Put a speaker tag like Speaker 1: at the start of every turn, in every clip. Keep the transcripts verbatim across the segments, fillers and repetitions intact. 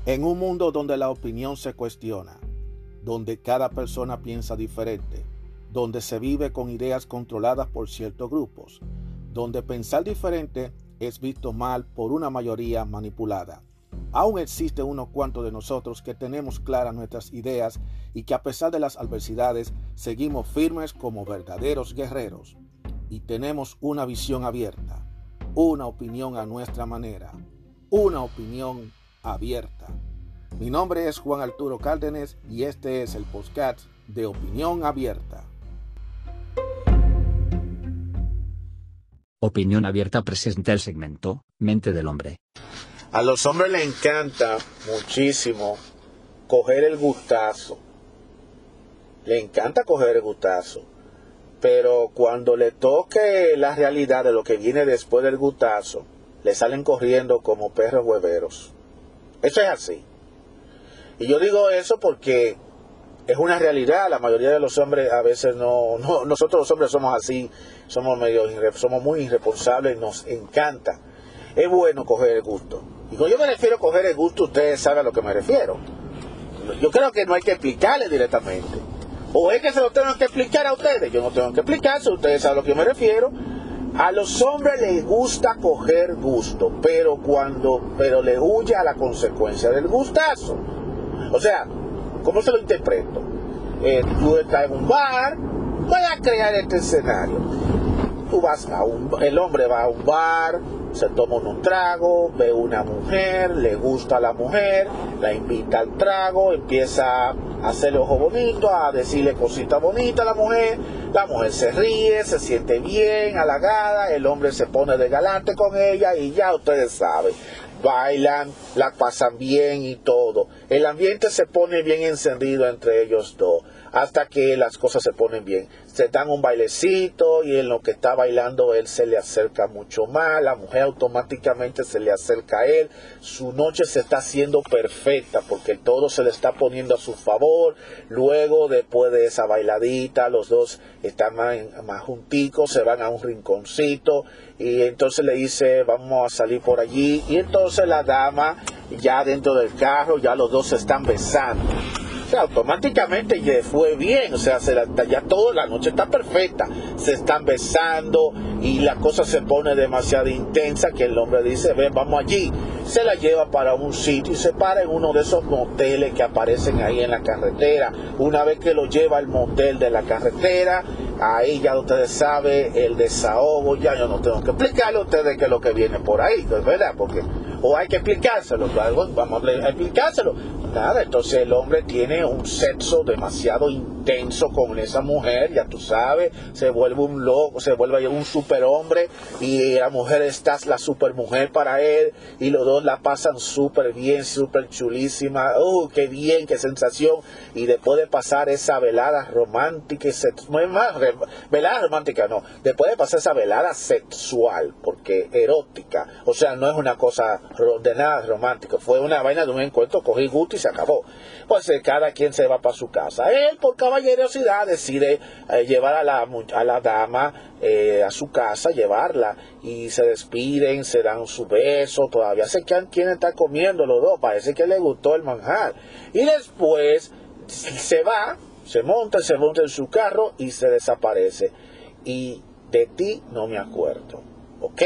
Speaker 1: En un mundo donde la opinión se cuestiona, donde cada persona piensa diferente, donde se vive con ideas controladas por ciertos grupos, donde pensar diferente es visto mal por una mayoría manipulada. Aún existe unos cuantos de nosotros que tenemos claras nuestras ideas y que a pesar de las adversidades seguimos firmes como verdaderos guerreros. Y tenemos una visión abierta, una opinión a nuestra manera, una opinión abierta. Mi nombre es Juan Arturo Cárdenas y este es el podcast de Opinión Abierta.
Speaker 2: Opinión Abierta presenta el segmento Mente del Hombre.
Speaker 3: A los hombres les encanta muchísimo coger el gustazo. Le encanta coger el gustazo. Pero cuando le toque la realidad de lo que viene después del gustazo, le salen corriendo como perros hueveros. Eso es así. Y yo digo eso porque es una realidad. La mayoría de los hombres a veces no, no nosotros los hombres somos así, somos medio somos muy irresponsables y nos encanta. Es bueno coger el gusto. Y cuando yo me refiero a coger el gusto, ustedes saben a lo que me refiero. Yo creo que no hay que explicarle directamente. O es que se lo tengo que explicar a ustedes. Yo no tengo que explicarse, ustedes saben a lo que me refiero. A los hombres les gusta coger gusto, pero cuando, pero le huye a la consecuencia del gustazo. O sea, ¿cómo se lo interpreto? Eh, tú estás en un bar, voy a crear este escenario. Tú vas a un, el hombre va a un bar, se toma un trago, ve una mujer, le gusta a la mujer, la invita al trago, empieza a hacerle ojo bonito, a decirle cositas bonitas a la mujer, la mujer se ríe, se siente bien, halagada, el hombre se pone de galante con ella y ya ustedes saben, bailan, la pasan bien y todo. El ambiente se pone bien encendido entre ellos dos, hasta que las cosas se ponen bien. Se dan un bailecito y en lo que está bailando él se le acerca mucho más, la mujer automáticamente se le acerca a él, su noche se está haciendo perfecta porque todo se le está poniendo a su favor. Luego, después de esa bailadita, los dos están más, más junticos, se van a un rinconcito y entonces le dice, vamos a salir por allí, y entonces la dama ya dentro del carro, ya los dos se están besando. O sea, automáticamente ya fue bien, o sea, se la, ya toda la noche está perfecta, se están besando y la cosa se pone demasiado intensa que el hombre dice, ven, vamos allí, se la lleva para un sitio y se para en uno de esos moteles que aparecen ahí en la carretera. Una vez que lo lleva al motel de la carretera, ahí ya ustedes saben el desahogo, ya yo no tengo que explicarle a ustedes qué es lo que viene por ahí, ¿verdad? Porque o hay que explicárselo, vamos a explicárselo. Nada, entonces el hombre tiene un sexo demasiado intenso con esa mujer, ya tú sabes, se vuelve un loco, se vuelve un superhombre y la mujer está la supermujer para él y los dos la pasan súper bien, súper chulísima, ¡uh, qué bien, qué sensación! Y después de pasar esa velada romántica, no es más, velada romántica no, después de pasar esa velada sexual, porque erótica, o sea, no es una cosa de nada romántica, fue una vaina de un encuentro, cogí gusto y se acabó. Pues eh, cada quien se va para su casa. Él por caballerosidad decide eh, llevar a la, a la dama eh, a su casa, llevarla y se despiden, se dan su beso, todavía se quedan quienes están comiendo los dos, parece que le gustó el manjar. Y después se va, se monta, se monta en su carro y se desaparece. Y de ti no me acuerdo, ¿ok?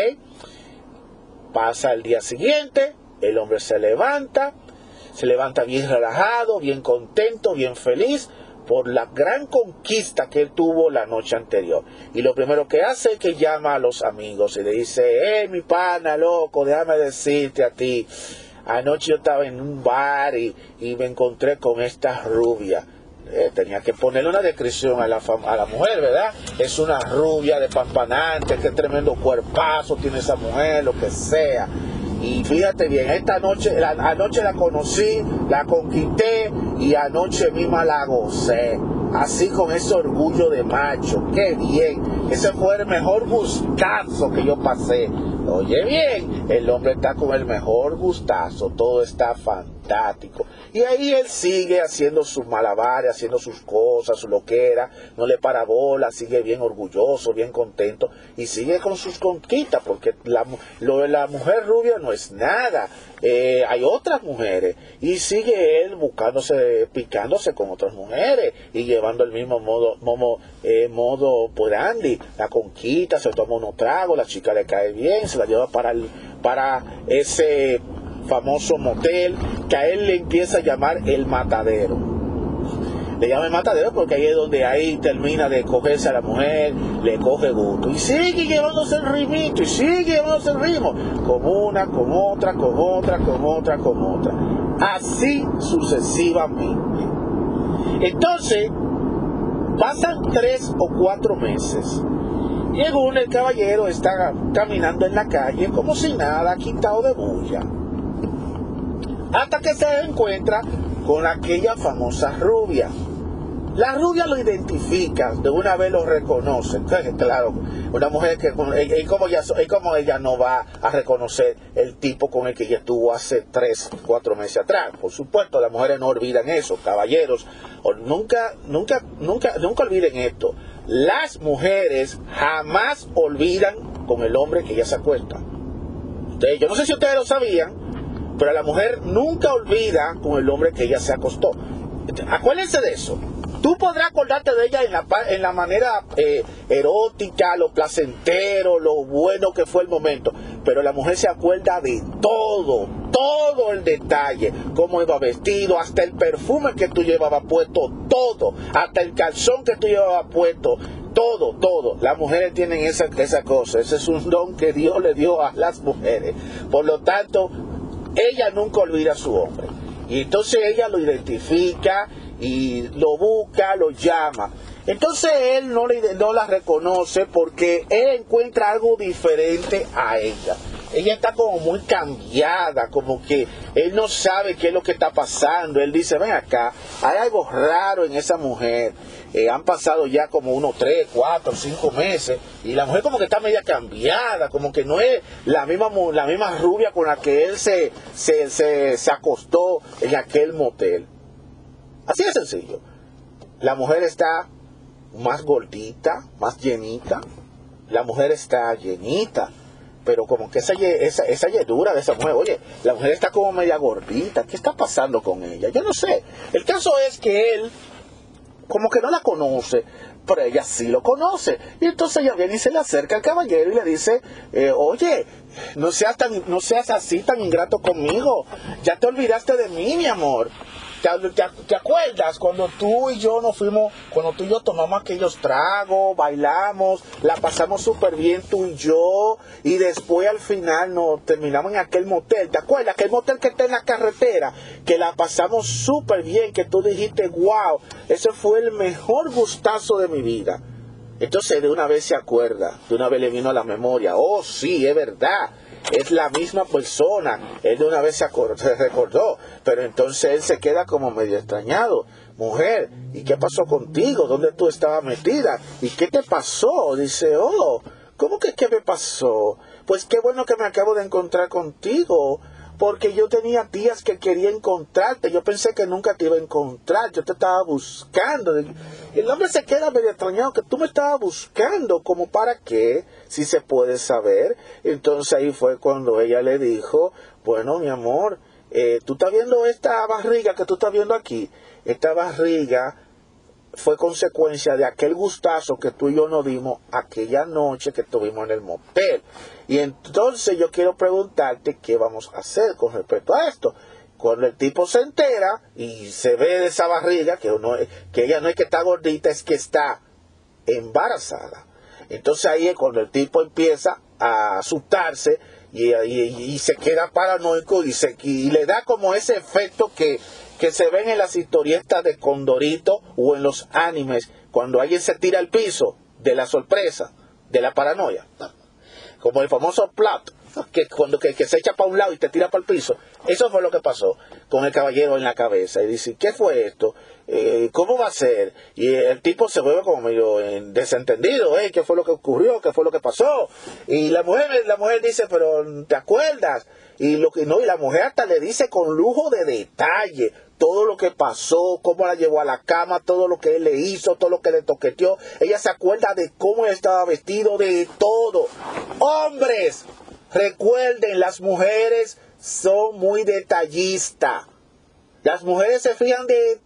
Speaker 3: Pasa el día siguiente, el hombre se levanta, se levanta bien relajado, bien contento, bien feliz por la gran conquista que él tuvo la noche anterior. Y lo primero que hace es que llama a los amigos y le dice, eh, mi pana, loco, déjame decirte a ti, anoche yo estaba en un bar y, y me encontré con esta rubia. Eh, tenía que ponerle una descripción a la, a la mujer, ¿verdad? Es una rubia de pampanante, qué tremendo cuerpazo tiene esa mujer, lo que sea. Y fíjate bien, esta noche, la, anoche la conocí, la conquisté y anoche misma la gocé. Así con ese orgullo de macho, qué bien. Ese fue el mejor gustazo que yo pasé. Oye bien, el hombre está con el mejor gustazo, todo está fantástico. Y ahí él sigue haciendo sus malabares, haciendo sus cosas, su loquera, no le para bola, sigue bien orgulloso, bien contento, y sigue con sus conquistas, porque la, lo de la mujer rubia no es nada. Eh, hay otras mujeres, y sigue él buscándose, picándose con otras mujeres, y llevando el mismo modo, modo, eh, modo por Andy, la conquista, se toma unos tragos, la chica le cae bien, se la lleva para, el, para ese famoso motel, que a él le empieza a llamar el matadero. Le llama el matadero porque ahí es donde ahí termina de cogerse a la mujer, le coge gusto, y sigue llevándose el ritmito, y sigue llevándose el ritmo, con una, con otra, con otra, con otra, con otra, así sucesivamente. Entonces pasan tres o cuatro meses, y en uno el caballero está caminando en la calle como si nada, quitado de bulla, hasta que se encuentra con aquella famosa rubia. La rubia lo identifica, de una vez lo reconoce. Claro, una mujer que, y como, ella, y como ella no va a reconocer el tipo con el que ella estuvo hace tres, cuatro meses atrás. Por supuesto, las mujeres no olvidan eso, caballeros. Nunca, nunca, nunca, nunca olviden esto. Las mujeres jamás olvidan con el hombre que ella se acuesta. Ustedes, yo no sé si ustedes lo sabían, pero la mujer nunca olvida con el hombre que ella se acostó. Acuérdense de eso. Tú podrás acordarte de ella en la, en la manera eh, erótica, lo placentero, lo bueno que fue el momento, pero la mujer se acuerda de todo, todo el detalle, cómo iba vestido, hasta el perfume que tú llevabas puesto, todo, hasta el calzón que tú llevabas puesto, todo, todo. Las mujeres tienen esa, esa cosa, ese es un don que Dios le dio a las mujeres. Por lo tanto, ella nunca olvida a su hombre. Y entonces ella lo identifica y lo busca, lo llama. Entonces él no, le, no la reconoce porque él encuentra algo diferente a ella. Ella está como muy cambiada, como que él no sabe qué es lo que está pasando. Él dice, ven acá, hay algo raro en esa mujer. Eh, han pasado ya como unos tres, cuatro, cinco meses y la mujer como que está media cambiada, como que no es la misma la misma rubia con la que él se, se, se, se acostó en aquel motel. Así de sencillo. La mujer está más gordita, más llenita. La mujer está llenita, pero como que esa, esa, esa llenura de esa mujer, oye, la mujer está como media gordita. ¿Qué está pasando con ella? Yo no sé. El caso es que él como que no la conoce, pero ella sí lo conoce. Y entonces ella viene y se le acerca al caballero y le dice, eh, oye, no seas, tan, no seas así tan ingrato conmigo. Ya te olvidaste de mí, mi amor. ¿Te, te, ¿Te acuerdas cuando tú y yo nos fuimos, cuando tú y yo tomamos aquellos tragos, bailamos, la pasamos súper bien tú y yo, y después al final nos terminamos en aquel motel? ¿Te acuerdas? Aquel motel que está en la carretera, que la pasamos súper bien, que tú dijiste, wow, ese fue el mejor gustazo de mi vida. Entonces de una vez se acuerda, de una vez le vino a la memoria, oh sí, es verdad. Es la misma persona. Él de una vez se, acordó, se recordó, pero entonces él se queda como medio extrañado. Mujer, ¿y qué pasó contigo? ¿Dónde tú estabas metida? ¿Y qué te pasó? Dice, oh, ¿cómo que qué me pasó? Pues qué bueno que me acabo de encontrar contigo, porque yo tenía días que quería encontrarte. Yo pensé que nunca te iba a encontrar. Yo te estaba buscando. El hombre se queda medio extrañado, que tú me estabas buscando. ¿Cómo para qué? Si se puede saber. Entonces ahí fue cuando ella le dijo, bueno, mi amor, eh, tú estás viendo esta barriga que tú estás viendo aquí. Esta barriga fue consecuencia de aquel gustazo que tú y yo nos dimos aquella noche que estuvimos en el motel. Y entonces yo quiero preguntarte qué vamos a hacer con respecto a esto. Cuando el tipo se entera y se ve de esa barriga, que, uno, que ella no es que está gordita, es que está embarazada. Entonces ahí es cuando el tipo empieza a asustarse y, y, y se queda paranoico y, se, y le da como ese efecto que, que se ven en las historietas de Condorito o en los animes, cuando alguien se tira al piso de la sorpresa, de la paranoia. Como el famoso plot, que cuando que, que se echa para un lado y te tira para el piso. Eso fue lo que pasó con el caballero en la cabeza. Y dice, ¿qué fue esto? eh, ¿cómo va a ser? Y el tipo se vuelve como medio desentendido, ¿eh? ¿Qué fue lo que ocurrió? ¿Qué fue lo que pasó? Y la mujer, la mujer dice, pero ¿te acuerdas? Y lo que no, y la mujer hasta le dice con lujo de detalle todo lo que pasó, cómo la llevó a la cama, todo lo que él le hizo, todo lo que le toqueteó. Ella se acuerda de cómo él estaba vestido, de todo. Hombres, recuerden, las mujeres son muy detallistas. Las mujeres se fijan de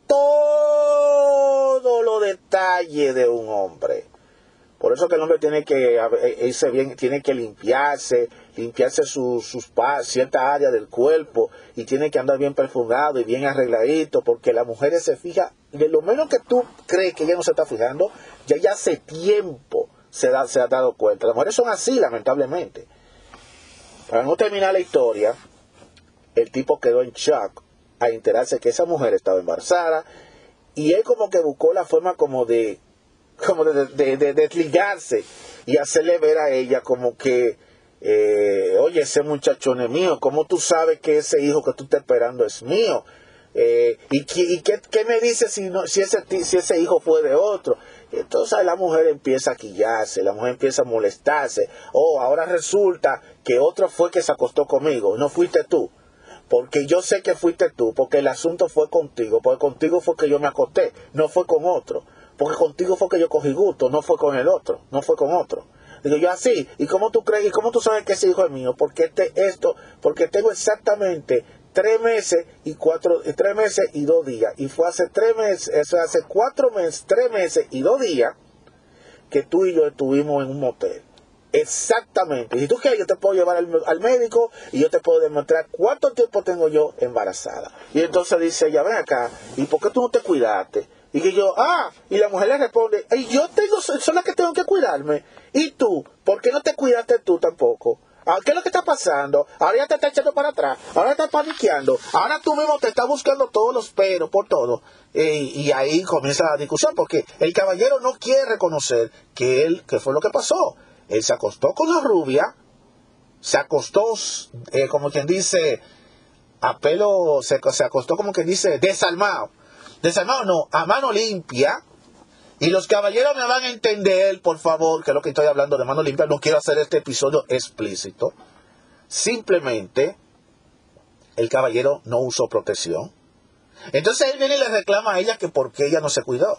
Speaker 3: todo los detalles de un hombre. Por eso que el hombre tiene que irse bien, tiene que limpiarse, limpiarse sus su, ciertas áreas del cuerpo y tiene que andar bien perfumado y bien arregladito, porque las mujeres se fijan, de lo menos que tú crees que ella no se está fijando, ya ya hace tiempo se, da, se ha dado cuenta. Las mujeres son así, lamentablemente. Para no terminar la historia, el tipo quedó en shock a enterarse que esa mujer estaba embarazada y él como que buscó la forma como de como de, de, de desligarse y hacerle ver a ella como que eh, oye, ese muchachón es mío, ¿cómo tú sabes que ese hijo que tú estás esperando es mío? Eh, ¿Y, y qué, qué me dices si, no, si, ese, si ese hijo fue de otro? Entonces la mujer empieza a quillarse, la mujer empieza a molestarse. Oh, ahora resulta que otro fue que se acostó conmigo, no fuiste tú. Porque yo sé que fuiste tú, porque el asunto fue contigo, porque contigo fue que yo me acosté, no fue con otro. Porque contigo fue que yo cogí gusto, no fue con el otro, no fue con otro. Digo yo así, ¿y cómo tú crees, y cómo tú sabes que ese hijo es mío? Porque este, esto, porque tengo exactamente tres meses y cuatro, tres meses y dos días. Y fue hace tres meses, eso hace cuatro meses, tres meses y dos días que tú y yo estuvimos en un motel. Exactamente. Y si tú quieres, yo te puedo llevar al, al médico y yo te puedo demostrar cuánto tiempo tengo yo embarazada. Y entonces dice ella, ven acá, ¿y por qué tú no te cuidaste? Y que yo, ah, y la mujer le responde, y yo tengo, son las que tengo que cuidarme. ¿Y tú? ¿Por qué no te cuidaste tú tampoco? ¿Qué es lo que está pasando? Ahora ya te está echando para atrás, ahora estás paniqueando, ahora tú mismo te estás buscando todos los peros por todo. Eh, y ahí comienza la discusión, porque el caballero no quiere reconocer que él, que fue lo que pasó. Él se acostó con la rubia, se acostó, eh, como quien dice, a pelo, se, se acostó como quien dice, desalmado. Desalmado no, a mano limpia. Y los caballeros me van a entender, por favor, que es lo que estoy hablando de mano limpia. No quiero hacer este episodio explícito. Simplemente, el caballero no usó protección. Entonces él viene y le reclama a ella que por qué ella no se cuidó.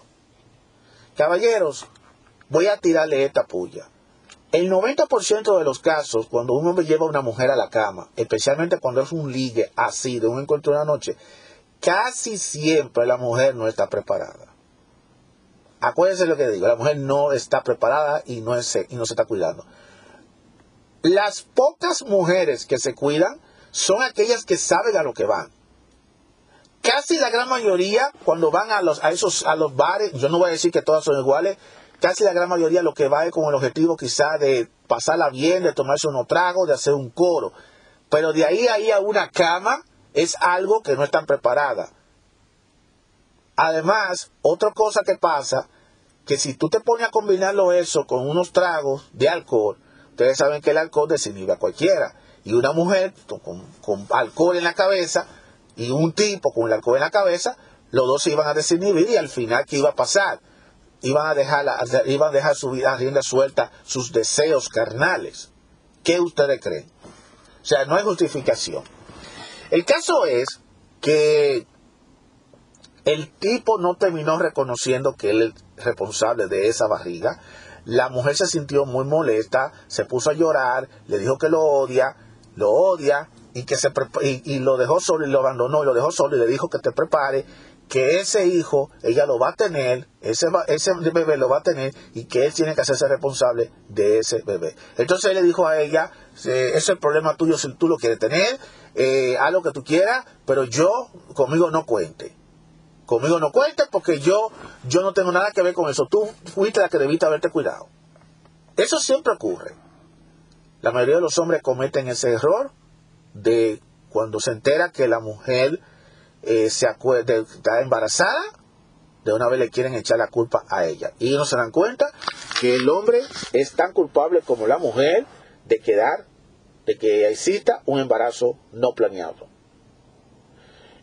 Speaker 3: Caballeros, voy a tirarle esta puya. El noventa por ciento de los casos, cuando un hombre lleva a una mujer a la cama, especialmente cuando es un ligue así, de un encuentro de una noche, casi siempre la mujer no está preparada. Acuérdense lo que digo, la mujer no está preparada y no, es, y no se está cuidando. Las pocas mujeres que se cuidan son aquellas que saben a lo que van. Casi la gran mayoría, cuando van a los, a esos, a los bares, yo no voy a decir que todas son iguales, casi la gran mayoría lo que va es con el objetivo quizá de pasarla bien, de tomarse unos tragos, de hacer un coro. Pero de ahí, ahí a una cama es algo que no están preparadas. Además, otra cosa que pasa, que si tú te pones a combinarlo eso con unos tragos de alcohol, ustedes saben que el alcohol desinhibe a cualquiera. Y una mujer con, con alcohol en la cabeza y un tipo con el alcohol en la cabeza, los dos se iban a desinhibir y al final, ¿qué iba a pasar? Iban a dejar, la, iban a dejar su vida a rienda suelta, sus deseos carnales. ¿Qué ustedes creen? O sea, no hay justificación. El caso es que el tipo no terminó reconociendo que él es responsable de esa barriga. La mujer se sintió muy molesta, se puso a llorar, le dijo que lo odia, lo odia y que se y, y lo dejó solo y lo abandonó y lo dejó solo y le dijo que te prepare, que ese hijo ella lo va a tener, ese, ese bebé lo va a tener y que él tiene que hacerse responsable de ese bebé. Entonces él le dijo a ella, eh, ese es el problema tuyo si tú lo quieres tener, eh, haz lo que tú quieras, pero yo, conmigo no cuente. Conmigo no cuentes porque yo, yo no tengo nada que ver con eso. Tú fuiste la que debiste haberte cuidado. Eso siempre ocurre. La mayoría de los hombres cometen ese error de cuando se entera que la mujer eh, se acuerda, está embarazada, de una vez le quieren echar la culpa a ella. Y ellos no se dan cuenta que el hombre es tan culpable como la mujer de quedar, de que exista un embarazo no planeado.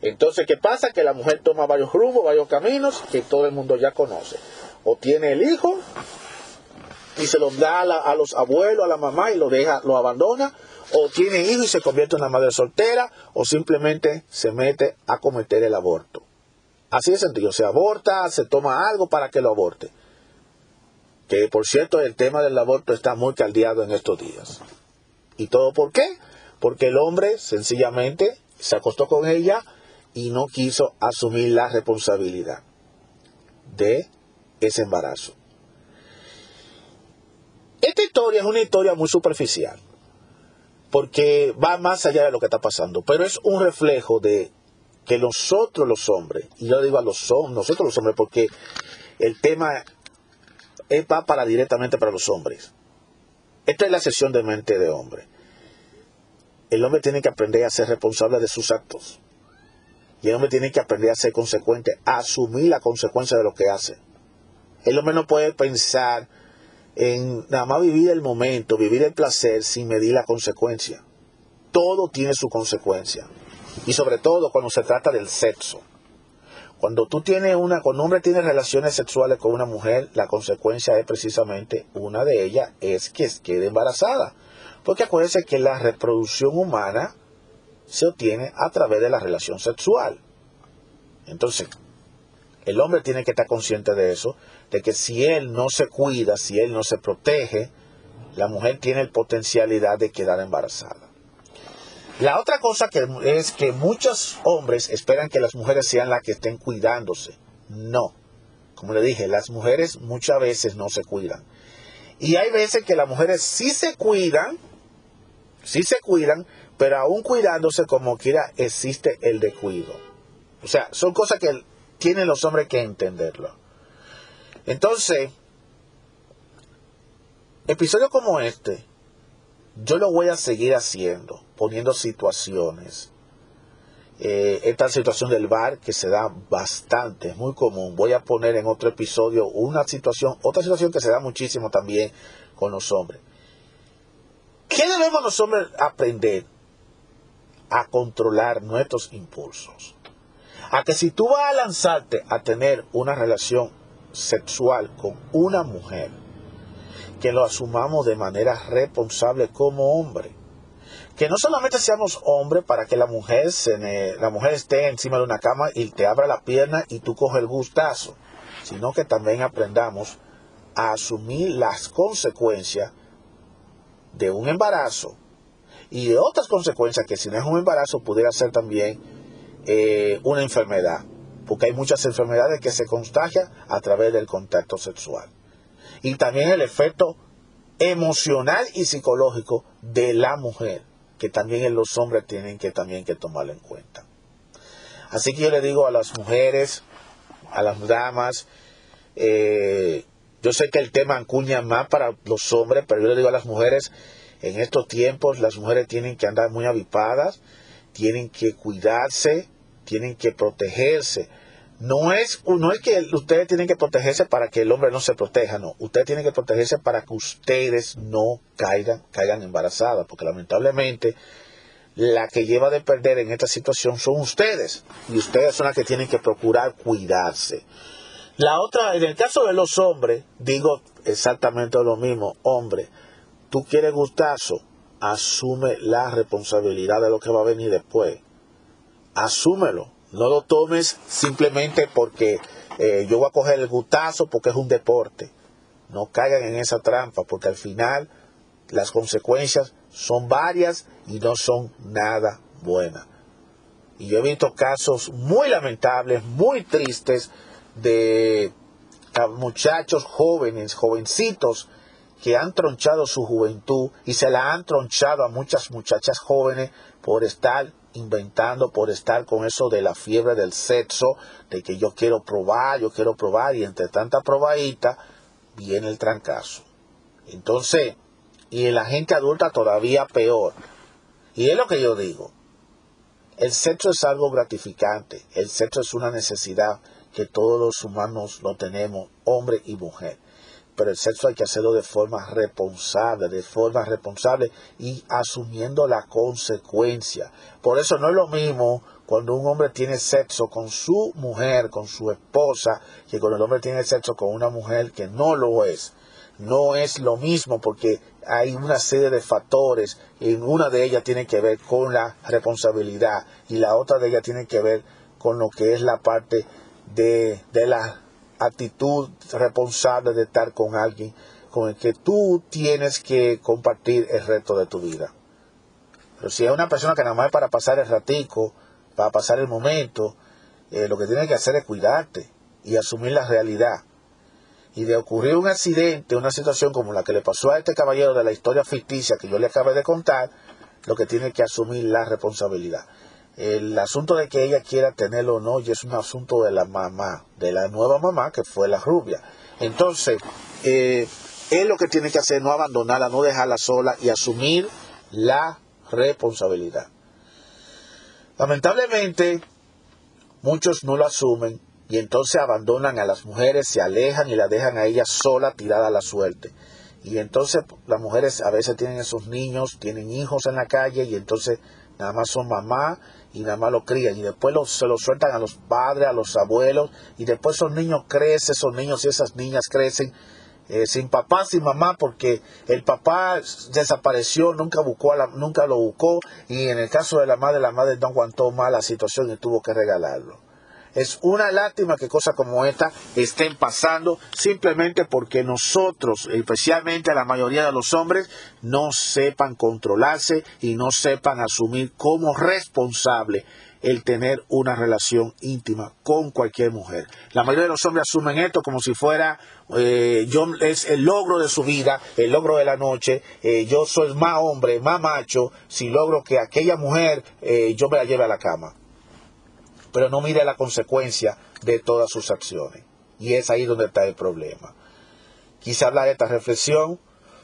Speaker 3: Entonces, ¿qué pasa? Que la mujer toma varios rumbos, varios caminos que todo el mundo ya conoce. O tiene el hijo y se los da a, la, a los abuelos, a la mamá y lo deja, lo abandona. O tiene hijos y se convierte en una madre soltera, o simplemente se mete a cometer el aborto. Así de sencillo, se aborta, se toma algo para que lo aborte. Que por cierto, el tema del aborto está muy caldeado en estos días. ¿Y todo por qué? Porque el hombre sencillamente se acostó con ella y no quiso asumir la responsabilidad de ese embarazo. Esta historia es una historia muy superficial, porque va más allá de lo que está pasando, pero es un reflejo de que nosotros los hombres, y yo digo a los hombres, nosotros los hombres, porque el tema va para directamente para los hombres. Esta es la sesión de mente de hombre. El hombre tiene que aprender a ser responsable de sus actos. Y el hombre tiene que aprender a ser consecuente, a asumir la consecuencia de lo que hace. El hombre no puede pensar en nada más vivir el momento, vivir el placer sin medir la consecuencia. Todo tiene su consecuencia. Y sobre todo cuando se trata del sexo. Cuando tú tienes una, cuando un hombre tiene relaciones sexuales con una mujer, la consecuencia es precisamente, una de ellas es que quede embarazada. Porque acuérdense que la reproducción humana se obtiene a través de la relación sexual. Entonces, el hombre tiene que estar consciente de eso, de que si él no se cuida, si él no se protege, la mujer tiene la potencialidad de quedar embarazada. La otra cosa que es que muchos hombres esperan que las mujeres sean las que estén cuidándose. No. Como le dije, las mujeres muchas veces no se cuidan. Y hay veces que las mujeres sí se cuidan, sí se cuidan, pero aún cuidándose como quiera existe el descuido. O sea, son cosas que tienen los hombres que entenderlo. Entonces, episodios como este, yo lo voy a seguir haciendo, poniendo situaciones. Eh, esta situación del bar que se da bastante, es muy común. Voy a poner en otro episodio una situación, otra situación que se da muchísimo también con los hombres. ¿Qué debemos los hombres aprender? A controlar nuestros impulsos. A que si tú vas a lanzarte a tener una relación sexual con una mujer, que lo asumamos de manera responsable como hombre. Que no solamente seamos hombres para que la mujer, se ne, la mujer esté encima de una cama y te abra la pierna y tú coges el gustazo, sino que también aprendamos a asumir las consecuencias de un embarazo y de otras consecuencias que si no es un embarazo pudiera ser también eh, una enfermedad, porque hay muchas enfermedades que se contagian a través del contacto sexual. Y también el efecto emocional y psicológico de la mujer, que también los hombres tienen que también que tomarlo en cuenta. Así que yo le digo a las mujeres, a las damas, eh, yo sé que el tema ancuña más para los hombres, pero yo le digo a las mujeres, en estos tiempos las mujeres tienen que andar muy avipadas, tienen que cuidarse, tienen que protegerse. No es, no es que ustedes tienen que protegerse para que el hombre no se proteja, no. Ustedes tienen que protegerse para que ustedes no caigan, caigan embarazadas, porque lamentablemente la que lleva de perder en esta situación son ustedes, y ustedes son las que tienen que procurar cuidarse. La otra, en el caso de los hombres, digo exactamente lo mismo. Hombre, tú quieres gustazo, asume la responsabilidad de lo que va a venir después. Asúmelo. No lo tomes simplemente porque eh, yo voy a coger el gustazo porque es un deporte. No caigan en esa trampa, porque al final las consecuencias son varias y no son nada buenas. Y yo he visto casos muy lamentables, muy tristes, de muchachos jóvenes, jovencitos, que han tronchado su juventud y se la han tronchado a muchas muchachas jóvenes por estar inventando, por estar con eso de la fiebre del sexo, de que yo quiero probar, yo quiero probar, y entre tanta probadita viene el trancazo. Entonces, y en la gente adulta todavía peor. Y es lo que yo digo, el sexo es algo gratificante, el sexo es una necesidad que todos los humanos lo tenemos, hombre y mujer. Pero el sexo hay que hacerlo de forma responsable, de forma responsable y asumiendo la consecuencia. Por eso no es lo mismo cuando un hombre tiene sexo con su mujer, con su esposa, que cuando el hombre tiene sexo con una mujer que no lo es. No es lo mismo porque hay una serie de factores y una de ellas tiene que ver con la responsabilidad y la otra de ellas tiene que ver con lo que es la parte de, de la actitud responsable de estar con alguien con el que tú tienes que compartir el resto de tu vida. Pero si es una persona que nada más es para pasar el ratico, para pasar el momento, eh, lo que tienes que hacer es cuidarte y asumir la realidad. Y de ocurrir un accidente, una situación como la que le pasó a este caballero de la historia ficticia que yo le acabé de contar, lo que tiene que asumir la responsabilidad. El asunto de que ella quiera tenerlo o no, y es un asunto de la mamá, de la nueva mamá que fue la rubia. Entonces, eh, él lo que tiene que hacer es no abandonarla, no dejarla sola y asumir la responsabilidad. Lamentablemente, muchos no lo asumen. Y entonces abandonan a las mujeres, se alejan y la dejan a ellas sola, tirada a la suerte. Y entonces las mujeres a veces tienen esos niños, tienen hijos en la calle y entonces nada más son mamá y nada más lo crían. Y después los, se los sueltan a los padres, a los abuelos. Y después esos niños crecen, esos niños y esas niñas crecen eh, sin papá, sin mamá, porque el papá desapareció, nunca, buscó a la, nunca lo buscó. Y en el caso de la madre, la madre no aguantó más la situación y tuvo que regalarlo. Es una lástima que cosas como esta estén pasando simplemente porque nosotros, especialmente la mayoría de los hombres, no sepan controlarse y no sepan asumir como responsable el tener una relación íntima con cualquier mujer. La mayoría de los hombres asumen esto como si fuera eh, yo es el logro de su vida, el logro de la noche. Eh, yo soy más hombre, más macho, si logro que aquella mujer eh, yo me la lleve a la cama. Pero no mire la consecuencia de todas sus acciones. Y es ahí donde está el problema. Quise hablar de esta reflexión.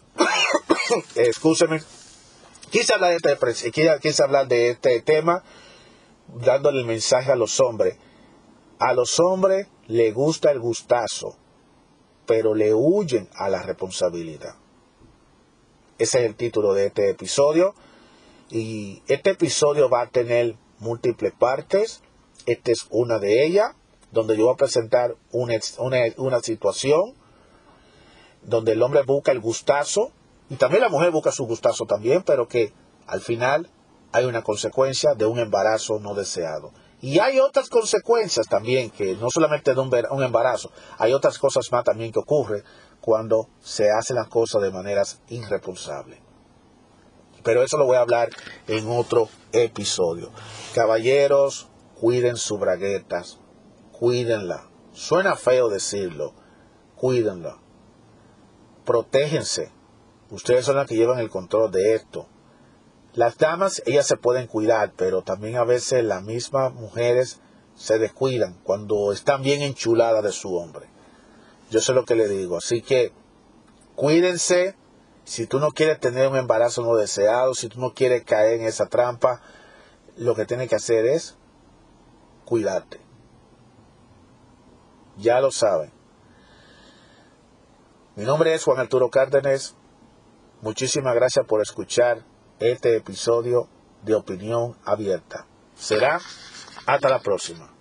Speaker 3: Excúseme. Quise hablar, de este, quise, quise hablar de este tema dándole el mensaje a los hombres. A los hombres les gusta el gustazo, pero le huyen a la responsabilidad. Ese es el título de este episodio. Y este episodio va a tener múltiples partes. Esta es una de ellas, donde yo voy a presentar una, una, una situación donde el hombre busca el gustazo, y también la mujer busca su gustazo también, pero que al final hay una consecuencia de un embarazo no deseado. Y hay otras consecuencias también, que no solamente de un, un embarazo, hay otras cosas más también que ocurren cuando se hacen las cosas de maneras irresponsables. Pero eso lo voy a hablar en otro episodio. Caballeros, cuiden sus braguetas, cuídenla. Suena feo decirlo, cuídenla. Protéjense. Ustedes son las que llevan el control de esto. Las damas, ellas se pueden cuidar, pero también a veces las mismas mujeres se descuidan cuando están bien enchuladas de su hombre. Yo sé lo que le digo. Así que cuídense. Si tú no quieres tener un embarazo no deseado, si tú no quieres caer en esa trampa, lo que tienes que hacer es cuidarte. Ya lo saben. Mi nombre es Juan Arturo Cárdenas. Muchísimas gracias por escuchar este episodio de Opinión Abierta. Será hasta la próxima.